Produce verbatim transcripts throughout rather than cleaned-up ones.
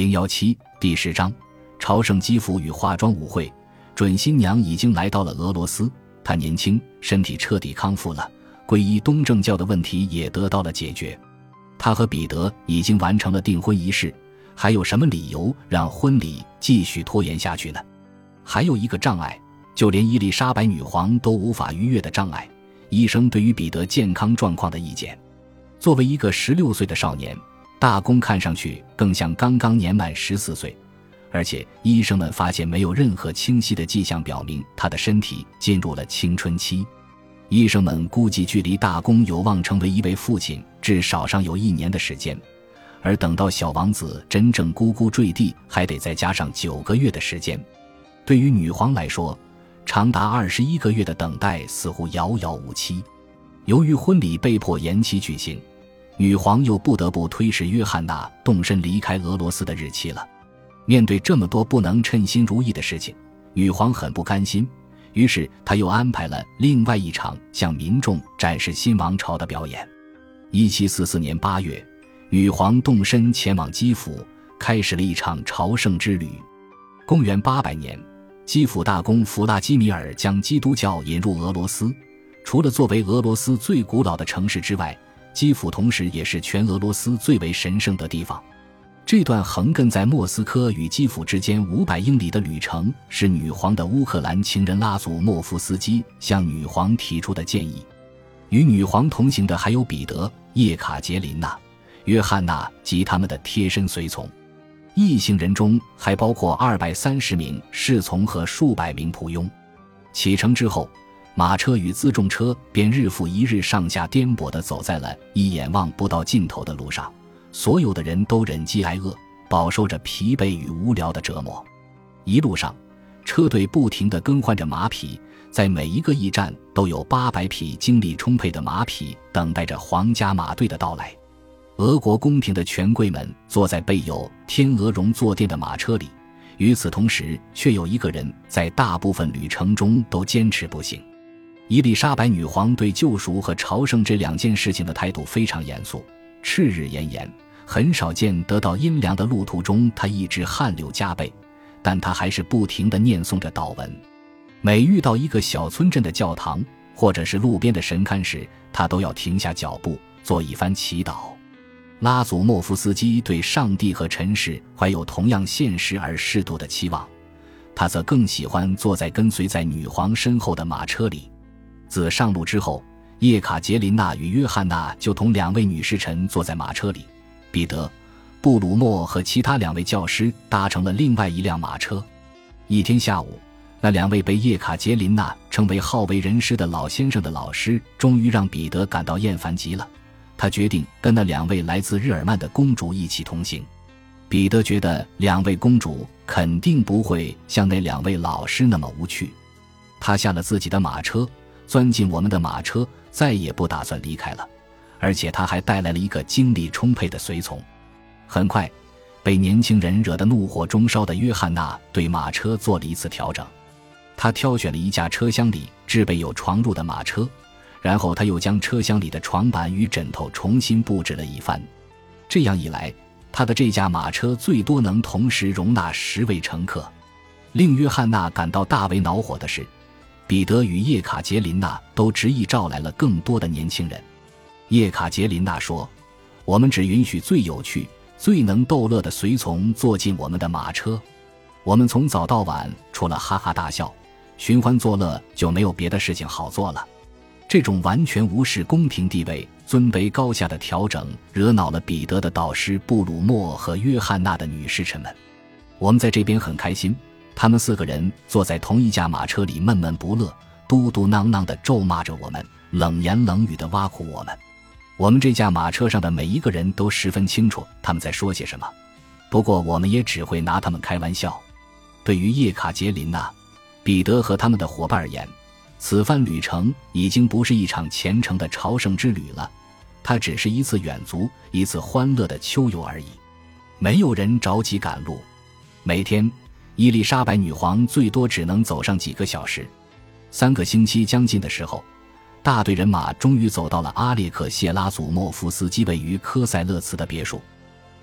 零一七第十章朝圣基辅与化妆舞会。准新娘已经来到了俄罗斯，她年轻，身体彻底康复了，皈依东正教的问题也得到了解决。她和彼得已经完成了订婚仪式，还有什么理由让婚礼继续拖延下去呢？还有一个障碍，就连伊丽莎白女皇都无法逾越的障碍，医生对于彼得健康状况的意见。作为一个十六岁的少年，大公看上去更像刚刚年满十四岁，而且医生们发现没有任何清晰的迹象表明他的身体进入了青春期。医生们估计距离大公有望成为一位父亲至少尚有一年的时间，而等到小王子真正咕咕坠地还得再加上九个月的时间。对于女皇来说，长达二十一个月的等待似乎遥遥无期。由于婚礼被迫延期举行，女皇又不得不推迟约翰娜动身离开俄罗斯的日期了。面对这么多不能称心如意的事情，女皇很不甘心，于是她又安排了另外一场向民众展示新王朝的表演。一七四四年八月，女皇动身前往基辅，开始了一场朝圣之旅。公元八百年，基辅大公弗拉基米尔将基督教引入俄罗斯。除了作为俄罗斯最古老的城市之外，基辅同时也是全俄罗斯最为神圣的地方。这段横亘在莫斯科与基辅之间五百英里的旅程，是女皇的乌克兰情人拉祖莫夫斯基向女皇提出的建议。与女皇同行的还有彼得、叶卡捷琳娜、约翰娜及他们的贴身随从。一行人中还包括二百三十名侍从和数百名仆佣。启程之后，马车与辎重车便日复一日上下颠簸地走在了一眼望不到尽头的路上，所有的人都忍饥挨饿，饱受着疲惫与无聊的折磨。一路上，车队不停地更换着马匹，在每一个驿站都有八百匹精力充沛的马匹等待着皇家马队的到来。俄国宫廷的权贵们坐在备有天鹅绒坐垫的马车里，与此同时却有一个人在大部分旅程中都坚持不行。伊丽莎白女皇对救赎和朝圣这两件事情的态度非常严肃，赤日炎炎，很少见得到阴凉的路途中她一直汗流浃背，但她还是不停地念诵着祷文。每遇到一个小村镇的教堂或者是路边的神龛时，她都要停下脚步做一番祈祷。拉祖莫夫斯基对上帝和尘世怀有同样现实而适度的期望，他则更喜欢坐在跟随在女皇身后的马车里。自上路之后，叶卡捷琳娜与约翰娜就同两位女侍臣坐在马车里，彼得、布鲁诺和其他两位教师搭乘了另外一辆马车。一天下午，那两位被叶卡捷琳娜称为好为人师的老先生的老师终于让彼得感到厌烦极了，他决定跟那两位来自日耳曼的公主一起同行。彼得觉得两位公主肯定不会像那两位老师那么无趣。他下了自己的马车，钻进我们的马车，再也不打算离开了，而且他还带来了一个精力充沛的随从。很快，被年轻人惹得怒火中烧的约翰娜对马车做了一次调整。他挑选了一架车厢里置备有床褥的马车，然后他又将车厢里的床板与枕头重新布置了一番。这样一来，他的这架马车最多能同时容纳十位乘客。令约翰娜感到大为恼火的是，彼得与叶卡捷琳娜都执意召来了更多的年轻人。叶卡捷琳娜说，我们只允许最有趣、最能逗乐的随从坐进我们的马车。我们从早到晚除了哈哈大笑、寻欢作乐就没有别的事情好做了。这种完全无视宫廷地位、尊卑高下的调整惹恼了彼得的导师布鲁诺和约翰娜的女侍臣们。我们在这边很开心，他们四个人坐在同一架马车里闷闷不乐，嘟嘟囔囔地咒骂着我们，冷言冷语地挖苦我们。我们这架马车上的每一个人都十分清楚他们在说些什么，不过我们也只会拿他们开玩笑。对于叶卡捷琳娜、彼得和他们的伙伴而言，此番旅程已经不是一场虔诚的朝圣之旅了，它只是一次远足，一次欢乐的秋游而已。没有人着急赶路，每天伊丽莎白女皇最多只能走上几个小时。三个星期将近的时候，大队人马终于走到了阿列克谢拉祖莫夫斯基位于科塞勒茨的别墅。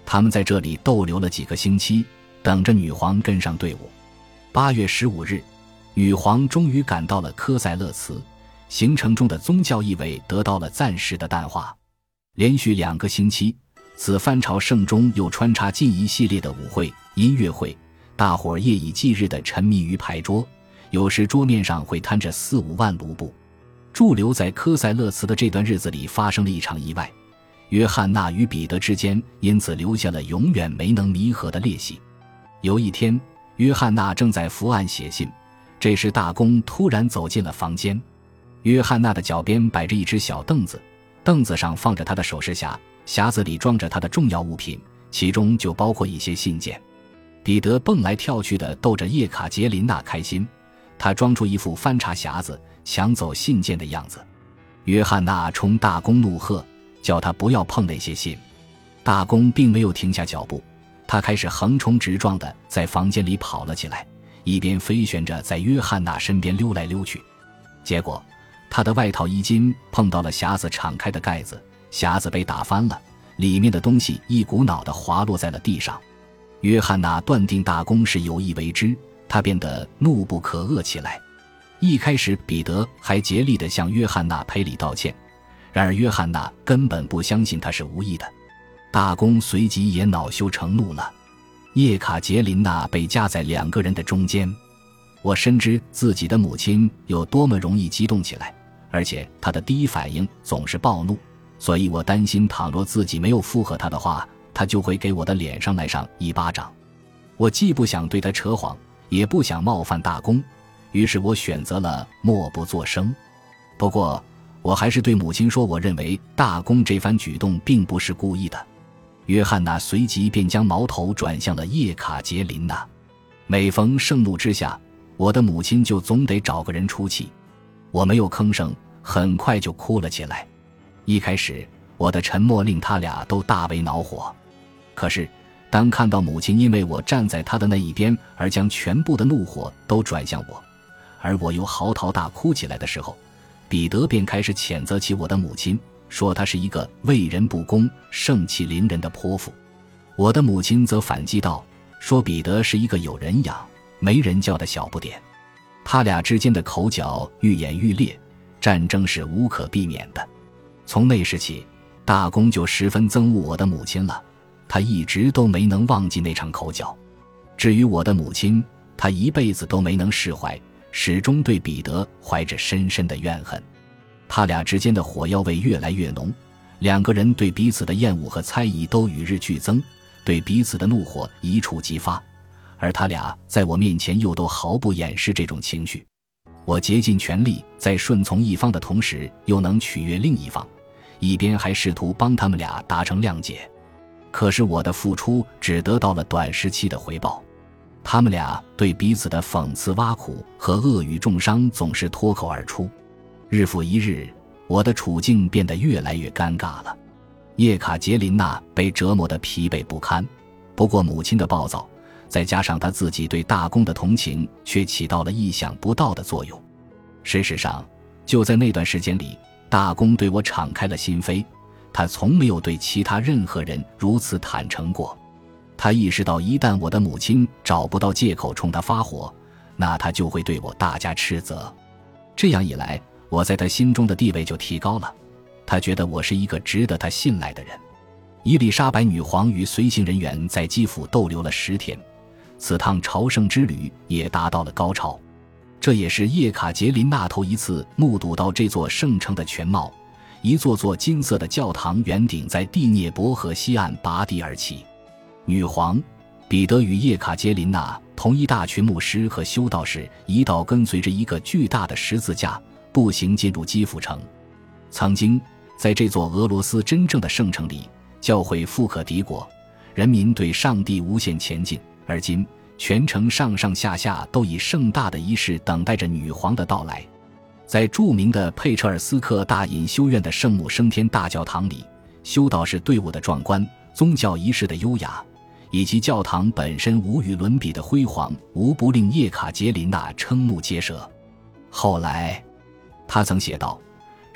他们在这里逗留了几个星期，等着女皇跟上队伍。八月十五日，女皇终于赶到了科塞勒茨，行程中的宗教意味得到了暂时的淡化。连续两个星期，此番朝圣中又穿插进一系列的舞会、音乐会，大伙儿夜以继日地沉迷于牌桌，有时桌面上会摊着四五万卢布。驻留在科塞勒茨的这段日子里发生了一场意外，约翰娜与彼得之间因此留下了永远没能弥合的裂隙。有一天，约翰娜正在伏案写信，这时大公突然走进了房间。约翰娜的脚边摆着一只小凳子，凳子上放着她的首饰匣，匣子里装着她的重要物品，其中就包括一些信件。彼得蹦来跳去地逗着叶卡捷琳娜开心，他装出一副翻查匣子抢走信件的样子。约翰娜冲大公怒喝，叫他不要碰那些信。大公并没有停下脚步，他开始横冲直撞地在房间里跑了起来，一边飞旋着在约翰娜身边溜来溜去。结果他的外套衣襟碰到了匣子敞开的盖子，匣子被打翻了，里面的东西一股脑地滑落在了地上。约翰娜断定大公是有意为之，他变得怒不可遏起来。一开始彼得还竭力地向约翰娜赔礼道歉，然而约翰娜根本不相信他是无意的。大公随即也恼羞成怒了。叶卡捷琳娜被夹在两个人的中间，我深知自己的母亲有多么容易激动起来，而且她的第一反应总是暴怒，所以我担心倘若自己没有附和她的话，她就会给我的脸上来上一巴掌。我既不想对她扯谎，也不想冒犯大公，于是我选择了默不作声。不过我还是对母亲说，我认为大公这番举动并不是故意的。约翰娜随即便将矛头转向了叶卡捷琳娜。每逢盛怒之下，我的母亲就总得找个人出气。我没有吭声，很快就哭了起来。一开始我的沉默令他俩都大为恼火，可是当看到母亲因为我站在她的那一边而将全部的怒火都转向我，而我又嚎啕大哭起来的时候，彼得便开始谴责起我的母亲，说她是一个为人不公、盛气凌人的泼妇。我的母亲则反击道，说彼得是一个有人养没人教的小不点。他俩之间的口角愈演愈烈，战争是无可避免的。从那时起，大公就十分憎恶我的母亲了，他一直都没能忘记那场口角。至于我的母亲，她一辈子都没能释怀，始终对彼得怀着深深的怨恨。他俩之间的火药味越来越浓，两个人对彼此的厌恶和猜疑都与日俱增，对彼此的怒火一触即发，而他俩在我面前又都毫不掩饰这种情绪。我竭尽全力在顺从一方的同时又能取悦另一方，一边还试图帮他们俩达成谅解。可是我的付出只得到了短时期的回报，他们俩对彼此的讽刺挖苦和恶语重伤总是脱口而出。日复一日，我的处境变得越来越尴尬了。叶卡捷琳娜被折磨得疲惫不堪，不过母亲的暴躁再加上她自己对大公的同情，却起到了意想不到的作用。事实上，就在那段时间里，大公对我敞开了心扉，他从没有对其他任何人如此坦诚过。他意识到一旦我的母亲找不到借口冲他发火，那他就会对我大加斥责。这样一来，我在他心中的地位就提高了，他觉得我是一个值得他信赖的人。伊丽莎白女皇与随行人员在基辅逗留了十天，此趟朝圣之旅也达到了高潮。这也是叶卡捷琳娜头一次目睹到这座圣城的全貌，一座座金色的教堂圆顶在第聂伯河西岸拔地而起。女皇、彼得与叶卡捷琳娜同一大群牧师和修道士一道跟随着一个巨大的十字架步行进入基辅城。曾经在这座俄罗斯真正的圣城里，教会富可敌国，人民对上帝无限前进，而今全城上上下下都以盛大的仪式等待着女皇的到来。在著名的佩彻尔斯克大隐修院的圣母升天大教堂里，修道士队伍的壮观，宗教仪式的优雅，以及教堂本身无与伦比的辉煌，无不令叶卡捷琳娜瞠目结舌。后来他曾写道，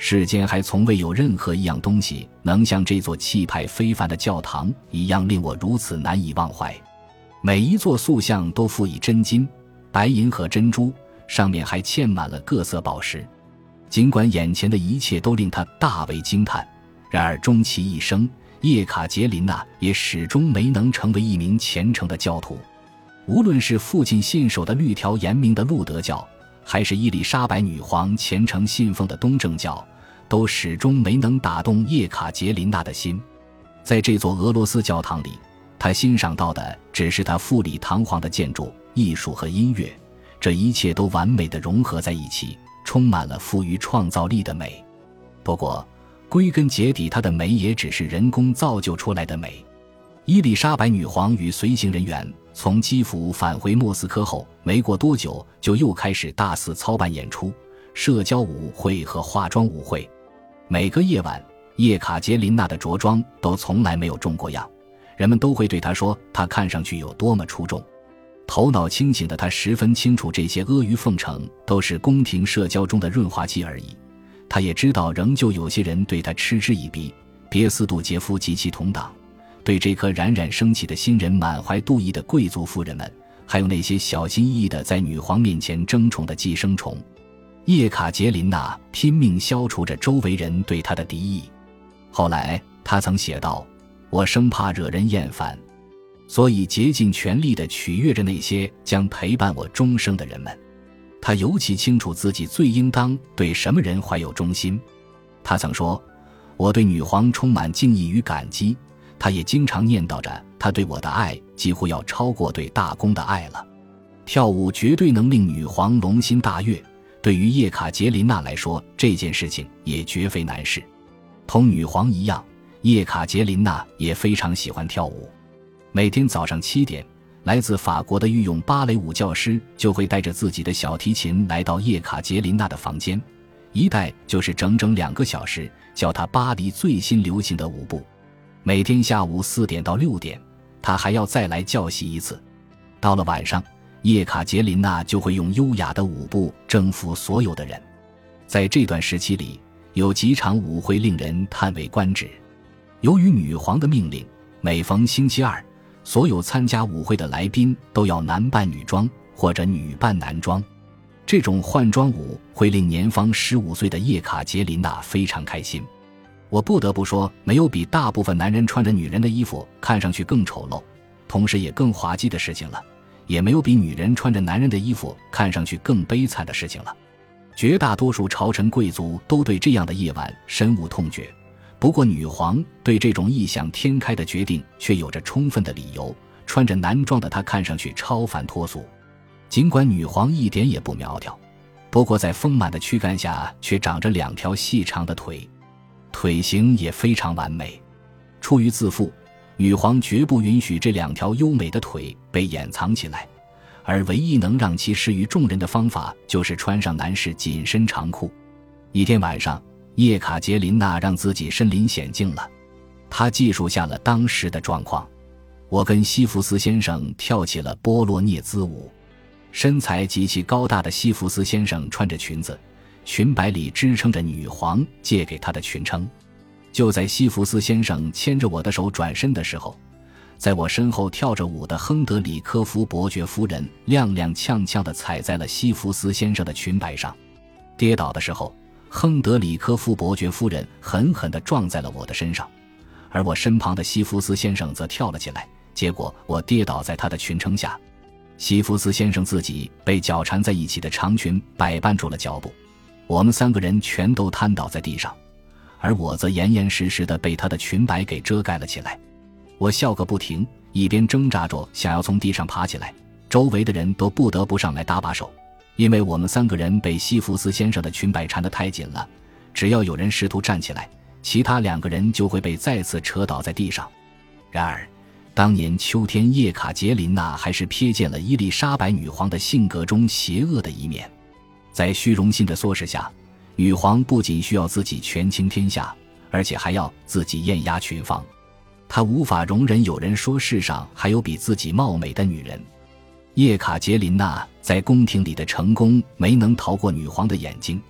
世间还从未有任何一样东西能像这座气派非凡的教堂一样令我如此难以忘怀。每一座塑像都附以真金、白银和珍珠，上面还嵌满了各色宝石。尽管眼前的一切都令他大为惊叹，然而终其一生，叶卡捷琳娜也始终没能成为一名虔诚的教徒。无论是父亲信守的律条严明的路德教，还是伊丽莎白女皇虔诚信奉的东正教，都始终没能打动叶卡捷琳娜的心。在这座俄罗斯教堂里，她欣赏到的只是她富丽堂皇的建筑、艺术和音乐，这一切都完美地融合在一起，充满了富于创造力的美。不过归根结底，她的美也只是人工造就出来的美。伊丽莎白女皇与随行人员从基辅返回莫斯科后，没过多久就又开始大肆操办演出、社交舞会和化妆舞会。每个夜晚，叶卡捷琳娜的着装都从来没有中过样，人们都会对她说她看上去有多么出众。头脑清醒的她十分清楚，这些阿谀奉承都是宫廷社交中的润滑剂而已。她也知道仍旧有些人对她嗤之以鼻，别斯杜杰夫及其同党，对这颗冉冉升起的新人满怀妒意的贵族夫人们，还有那些小心翼翼地在女皇面前争宠的寄生虫。叶卡捷琳娜拼命消除着周围人对她的敌意。后来她曾写道：我生怕惹人厌烦，所以竭尽全力地取悦着那些将陪伴我终生的人们。她尤其清楚自己最应当对什么人怀有忠心。她曾说，我对女皇充满敬意与感激，她也经常念叨着她对我的爱几乎要超过对大公的爱了。跳舞绝对能令女皇龙心大悦，对于叶卡捷琳娜来说，这件事情也绝非难事。同女皇一样，叶卡捷琳娜也非常喜欢跳舞。每天早上七点，来自法国的御用芭蕾舞教师就会带着自己的小提琴来到叶卡捷琳娜的房间，一带就是整整两个小时，教她巴黎最新流行的舞步。每天下午四点到六点，她还要再来教习一次。到了晚上，叶卡捷琳娜就会用优雅的舞步征服所有的人。在这段时期里，有几场舞会令人叹为观止。由于女皇的命令，每逢星期二，所有参加舞会的来宾都要男扮女装或者女扮男装。这种换装舞会令年方十五岁的叶卡捷琳娜非常开心。我不得不说，没有比大部分男人穿着女人的衣服看上去更丑陋，同时也更滑稽的事情了，也没有比女人穿着男人的衣服看上去更悲惨的事情了。绝大多数朝臣贵族都对这样的夜晚深恶痛绝，不过女皇对这种异想天开的决定却有着充分的理由。穿着男装的她看上去超凡脱俗，尽管女皇一点也不苗条，不过在丰满的躯干下却长着两条细长的腿，腿型也非常完美。出于自负，女皇绝不允许这两条优美的腿被掩藏起来，而唯一能让其施于众人的方法就是穿上男士紧身长裤。一天晚上，叶卡捷琳娜让自己身临险境了。她记述下了当时的状况：我跟西弗斯先生跳起了波洛涅兹舞。身材极其高大的西弗斯先生穿着裙子，裙摆里支撑着女皇借给他的裙撑。就在西弗斯先生牵着我的手转身的时候，在我身后跳着舞的亨德里科夫伯爵夫人踉踉跄跄地踩在了西弗斯先生的裙摆上。跌倒的时候，亨德里科夫伯爵夫人狠狠地撞在了我的身上，而我身旁的西弗斯先生则跳了起来，结果我跌倒在他的裙撑下。西弗斯先生自己被脚缠在一起的长裙摆绊住了脚步，我们三个人全都瘫倒在地上，而我则严严实实地被他的裙摆给遮盖了起来。我笑个不停，一边挣扎着想要从地上爬起来，周围的人都不得不上来搭把手，因为我们三个人被西弗斯先生的裙摆缠得太紧了，只要有人试图站起来，其他两个人就会被再次扯倒在地上。然而当年秋天，叶卡捷琳娜还是瞥见了伊丽莎白女皇的性格中邪恶的一面。在虚荣心的唆使下，女皇不仅需要自己权倾天下，而且还要自己艳压群芳。她无法容忍有人说世上还有比自己貌美的女人。叶卡捷琳娜在宫廷里的成功没能逃过女皇的眼睛，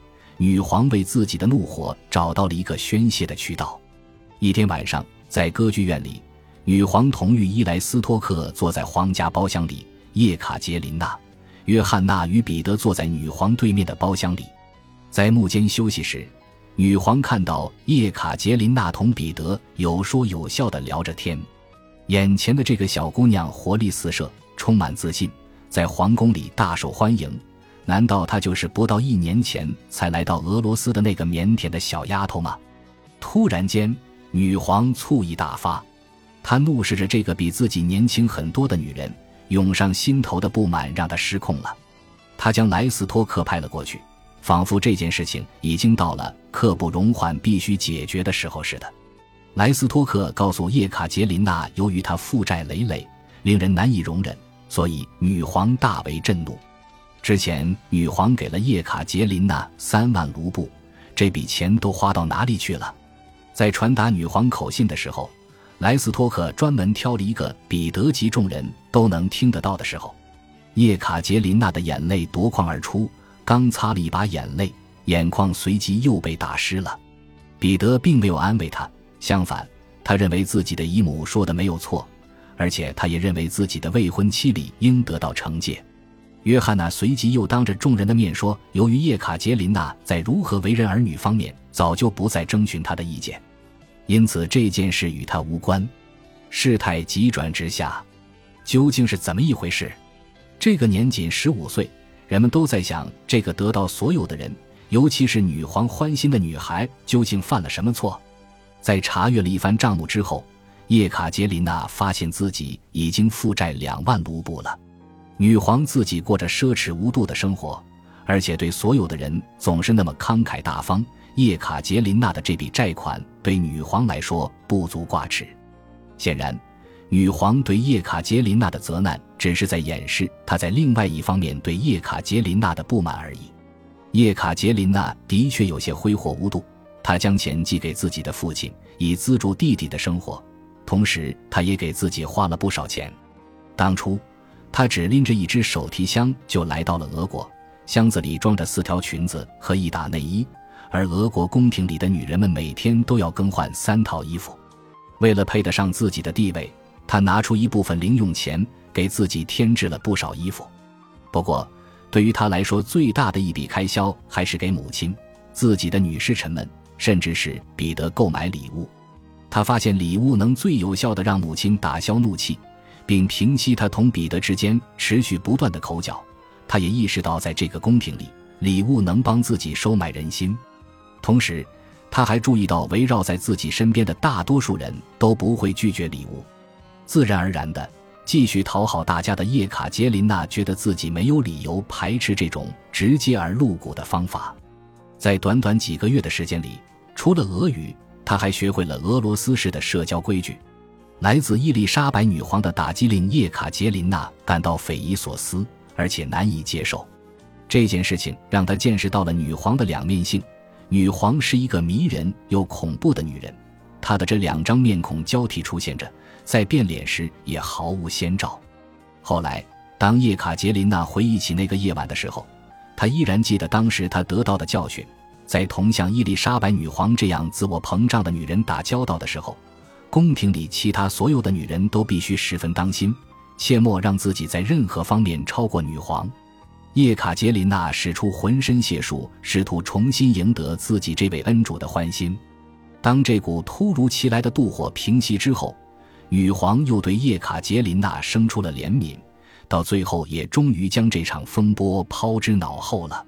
女皇为自己的怒火找到了一个宣泄的渠道。一天晚上，在歌剧院里，女皇同与伊莱斯托克坐在皇家包厢里，叶卡捷琳娜、约翰娜与彼得坐在女皇对面的包厢里。在幕间休息时，女皇看到叶卡捷琳娜同彼得有说有笑地聊着天。眼前的这个小姑娘活力四射，充满自信，在皇宫里大受欢迎。难道她就是不到一年前才来到俄罗斯的那个腼腆的小丫头吗？突然间，女皇醋意大发，她怒视着这个比自己年轻很多的女人，涌上心头的不满让她失控了。她将莱斯托克派了过去，仿佛这件事情已经到了刻不容缓必须解决的时候似的。莱斯托克告诉叶卡捷琳娜，由于她负债累累，令人难以容忍，所以女皇大为震怒。之前女皇给了叶卡捷琳娜三万卢布，这笔钱都花到哪里去了？在传达女皇口信的时候，莱斯托克专门挑了一个彼得及众人都能听得到的时候。叶卡捷琳娜的眼泪夺眶而出，刚擦了一把眼泪，眼眶随即又被打湿了。彼得并没有安慰她，相反，他认为自己的姨母说的没有错，而且他也认为自己的未婚妻理应得到惩戒。约翰娜随即又当着众人的面说，由于叶卡捷琳娜在如何为人儿女方面早就不再征询他的意见，因此这件事与他无关。事态急转直下，究竟是怎么一回事？这个年仅十五岁，人们都在想，这个得到所有的人，尤其是女皇欢心的女孩，究竟犯了什么错？在查阅了一番账目之后，叶卡捷琳娜发现自己已经负债两万卢布了。女皇自己过着奢侈无度的生活，而且对所有的人总是那么慷慨大方，叶卡捷琳娜的这笔债款对女皇来说不足挂齿。显然，女皇对叶卡捷琳娜的责难只是在掩饰她在另外一方面对叶卡捷琳娜的不满而已。叶卡捷琳娜的确有些挥霍无度，她将钱寄给自己的父亲，以资助弟弟的生活，同时她也给自己花了不少钱。当初她只拎着一只手提箱就来到了俄国，箱子里装着四条裙子和一打内衣，而俄国宫廷里的女人们每天都要更换三套衣服。为了配得上自己的地位，她拿出一部分零用钱给自己添置了不少衣服。不过对于她来说，最大的一笔开销还是给母亲、自己的女侍臣们，甚至是彼得购买礼物。她发现礼物能最有效地让母亲打消怒气，并平息她同彼得之间持续不断的口角。她也意识到，在这个宫廷里，礼物能帮自己收买人心。同时，她还注意到围绕在自己身边的大多数人都不会拒绝礼物。自然而然的，继续讨好大家的叶卡捷琳娜觉得自己没有理由排斥这种直接而露骨的方法。在短短几个月的时间里，除了俄语，她还学会了俄罗斯式的社交规矩。来自伊丽莎白女皇的打击令叶卡捷琳娜感到匪夷所思，而且难以接受。这件事情让她见识到了女皇的两面性。女皇是一个迷人又恐怖的女人，她的这两张面孔交替出现着，在变脸时也毫无先兆。后来当叶卡捷琳娜回忆起那个夜晚的时候，她依然记得当时她得到的教训。在同像伊丽莎白女皇这样自我膨胀的女人打交道的时候，宫廷里其他所有的女人都必须十分当心，切莫让自己在任何方面超过女皇。叶卡捷琳娜使出浑身解数，试图重新赢得自己这位恩主的欢心。当这股突如其来的妒火平息之后，女皇又对叶卡捷琳娜生出了怜悯，到最后也终于将这场风波抛之脑后了。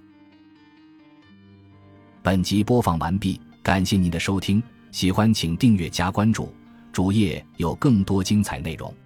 本集播放完毕，感谢您的收听，喜欢请订阅加关注，主页有更多精彩内容。